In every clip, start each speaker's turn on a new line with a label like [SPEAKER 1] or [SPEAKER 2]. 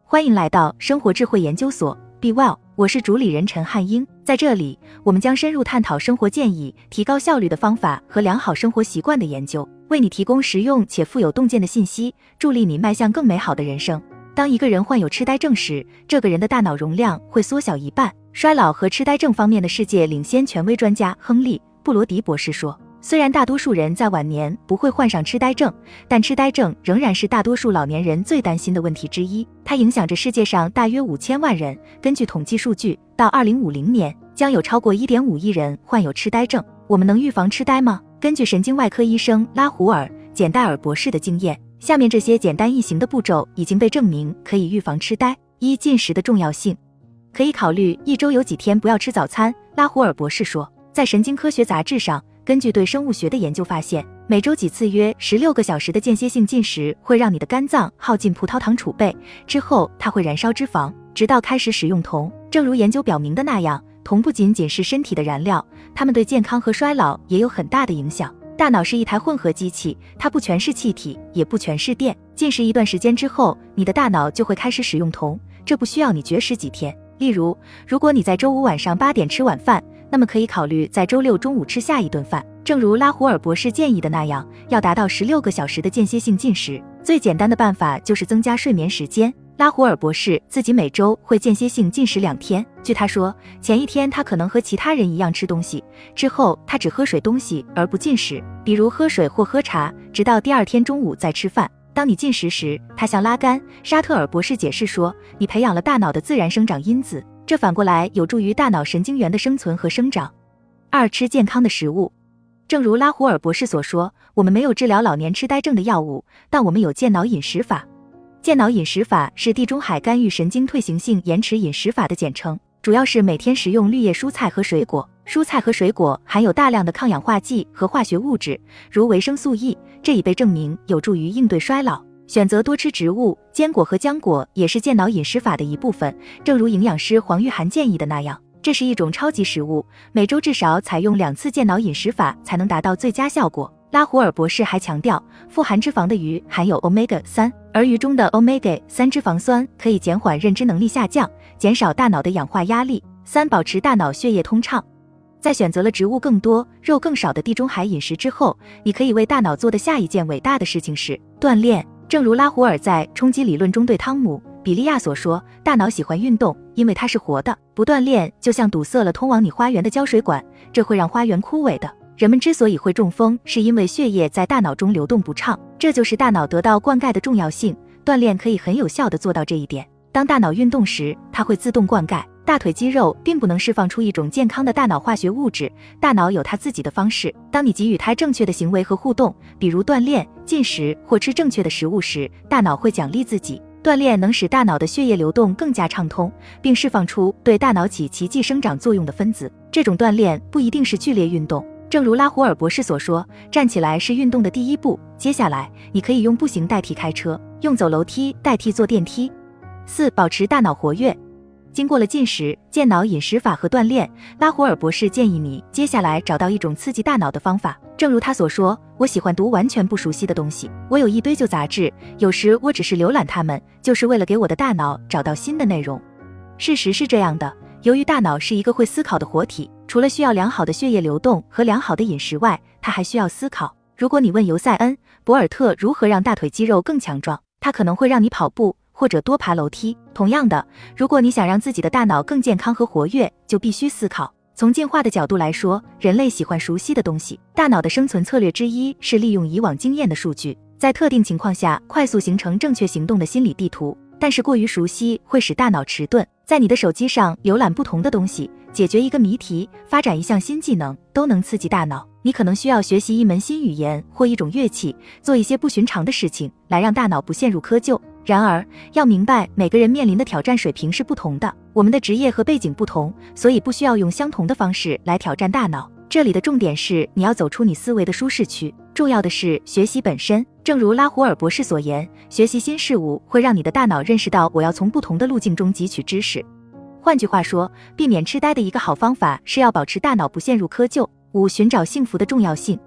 [SPEAKER 1] 欢迎来到生活智慧研究所 Be Well， 我是主理人陈汉英。在这里，我们将深入探讨生活建议、提高效率的方法和良好生活习惯的研究，为你提供实用且富有洞见的信息，助力你迈向更美好的人生。当一个人患有痴呆症时，这个人的大脑容量会缩小一半。衰老和痴呆症方面的世界领先权威专家亨利·布罗迪博士说，虽然大多数人在晚年不会患上痴呆症，但痴呆症仍然是大多数老年人最担心的问题之一。它影响着世界上大约5000万人。根据统计数据，到2050年，将有超过 1.5 亿人患有痴呆症。我们能预防痴呆吗？根据神经外科医生拉胡尔·简戴尔博士的经验，下面这些简单易行的步骤已经被证明可以预防痴呆。一、进食的重要性。可以考虑一周有几天不要吃早餐。拉胡尔博士说，在神经科学杂志上，根据对生物学的研究发现，每周几次约16个小时的间歇性进食会让你的肝脏耗尽葡萄糖储备，之后它会燃烧脂肪，直到开始使用铜。正如研究表明的那样，铜不仅仅是身体的燃料，它们对健康和衰老也有很大的影响。大脑是一台混合机器，它不全是气体，也不全是电。进食一段时间之后，你的大脑就会开始使用铜，这不需要你绝食几天。例如，如果你在周五晚上8点吃晚饭，那么可以考虑在周六中午吃下一顿饭。正如拉胡尔博士建议的那样，要达到16个小时的间歇性进食，最简单的办法就是增加睡眠时间。拉胡尔博士自己每周会间歇性进食2天。据他说，前一天他可能和其他人一样吃东西，之后他只喝水东西而不进食，比如喝水或喝茶，直到第二天中午再吃饭。当你进食时，它像拉杆。沙特尔博士解释说，你培养了大脑的自然生长因子，这反过来有助于大脑神经元的生存和生长。二、吃健康的食物。正如拉胡尔博士所说，我们没有治疗老年痴呆症的药物，但我们有健脑饮食法。健脑饮食法是地中海干预神经退行性延迟饮食法的简称，主要是每天食用绿叶蔬菜和水果。蔬菜和水果含有大量的抗氧化剂和化学物质，如维生素 E， 这已被证明有助于应对衰老。选择多吃植物、坚果和浆果也是健脑饮食法的一部分，正如营养师黄玉涵建议的那样，这是一种超级食物，每周至少采用2次健脑饮食法才能达到最佳效果。拉胡尔博士还强调，富含脂肪的鱼含有 Omega-3， 而鱼中的 Omega-3 脂肪酸可以减缓认知能力下降，减少大脑的氧化压力。3、保持大脑血液通畅。在选择了植物更多、肉更少的地中海饮食之后，你可以为大脑做的下一件伟大的事情是锻炼。正如拉胡尔在冲击理论中对汤姆·比利亚所说，大脑喜欢运动，因为它是活的。不锻炼就像堵塞了通往你花园的浇水管，这会让花园枯萎的。人们之所以会中风，是因为血液在大脑中流动不畅，这就是大脑得到灌溉的重要性。锻炼可以很有效地做到这一点。当大脑运动时，它会自动灌溉。大腿肌肉并不能释放出一种健康的大脑化学物质，大脑有它自己的方式。当你给予它正确的行为和互动，比如锻炼、进食或吃正确的食物时，大脑会奖励自己。锻炼能使大脑的血液流动更加畅通，并释放出对大脑起奇迹生长作用的分子。这种锻炼不一定是剧烈运动，正如拉胡尔博士所说，站起来是运动的第一步，接下来你可以用步行代替开车，用走楼梯代替坐电梯。4、保持大脑活跃。经过了进食、健脑饮食法和锻炼，拉胡尔博士建议你接下来找到一种刺激大脑的方法。正如他所说，我喜欢读完全不熟悉的东西，我有一堆旧杂志，有时我只是浏览它们，就是为了给我的大脑找到新的内容。事实是这样的，由于大脑是一个会思考的活体，除了需要良好的血液流动和良好的饮食外，它还需要思考。如果你问尤塞恩·博尔特如何让大腿肌肉更强壮，他可能会让你跑步或者多爬楼梯。同样的，如果你想让自己的大脑更健康和活跃，就必须思考。从进化的角度来说，人类喜欢熟悉的东西。大脑的生存策略之一是利用以往经验的数据，在特定情况下快速形成正确行动的心理地图。但是过于熟悉会使大脑迟钝。在你的手机上浏览不同的东西，解决一个谜题，发展一项新技能，都能刺激大脑。你可能需要学习一门新语言或一种乐器，做一些不寻常的事情，来让大脑不陷入窠臼。然而，要明白每个人面临的挑战水平是不同的，我们的职业和背景不同，所以不需要用相同的方式来挑战大脑。这里的重点是你要走出你思维的舒适区，重要的是学习本身。正如拉胡尔博士所言，学习新事物会让你的大脑认识到我要从不同的路径中汲取知识。换句话说，避免痴呆的一个好方法是要保持大脑不陷入窠臼。5、寻找幸福的重要性。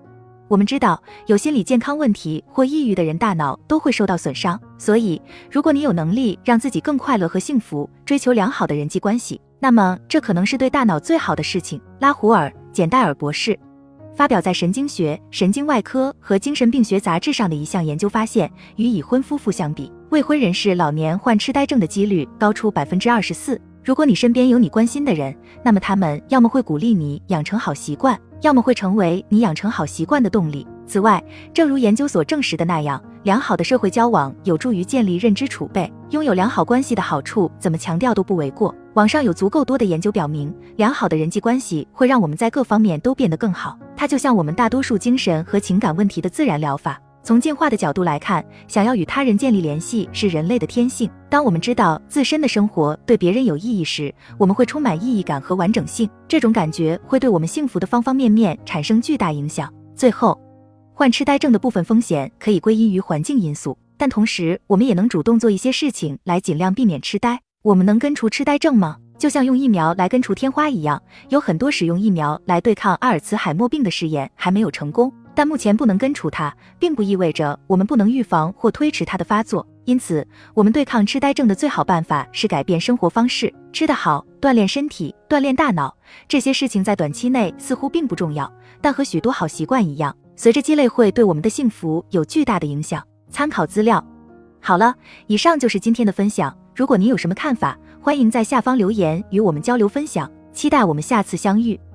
[SPEAKER 1] 我们知道，有心理健康问题或抑郁的人大脑都会受到损伤，所以如果你有能力让自己更快乐和幸福，追求良好的人际关系，那么这可能是对大脑最好的事情。拉胡尔·简戴尔博士发表在《神经学、神经外科和精神病学杂志》上的一项研究发现，与已婚夫妇相比，未婚人士老年患痴呆症的几率高出24%。如果你身边有你关心的人，那么他们要么会鼓励你养成好习惯，要么会成为你养成好习惯的动力。此外，正如研究所证实的那样，良好的社会交往有助于建立认知储备，拥有良好关系的好处怎么强调都不为过。网上有足够多的研究表明，良好的人际关系会让我们在各方面都变得更好，它就像我们大多数精神和情感问题的自然疗法。从进化的角度来看，想要与他人建立联系是人类的天性。当我们知道自身的生活对别人有意义时，我们会充满意义感和完整性，这种感觉会对我们幸福的方方面面产生巨大影响。最后，患痴呆症的部分风险可以归因于环境因素，但同时我们也能主动做一些事情来尽量避免痴呆。我们能根除痴呆症吗？就像用疫苗来根除天花一样，有很多使用疫苗来对抗阿尔茨海默病的试验还没有成功，但目前不能根除它，并不意味着我们不能预防或推迟它的发作。因此，我们对抗痴呆症的最好办法是改变生活方式，吃得好，锻炼身体，锻炼大脑。这些事情在短期内似乎并不重要，但和许多好习惯一样，随着积累会对我们的幸福有巨大的影响。参考资料。好了，以上就是今天的分享。如果您有什么看法，欢迎在下方留言与我们交流分享，期待我们下次相遇。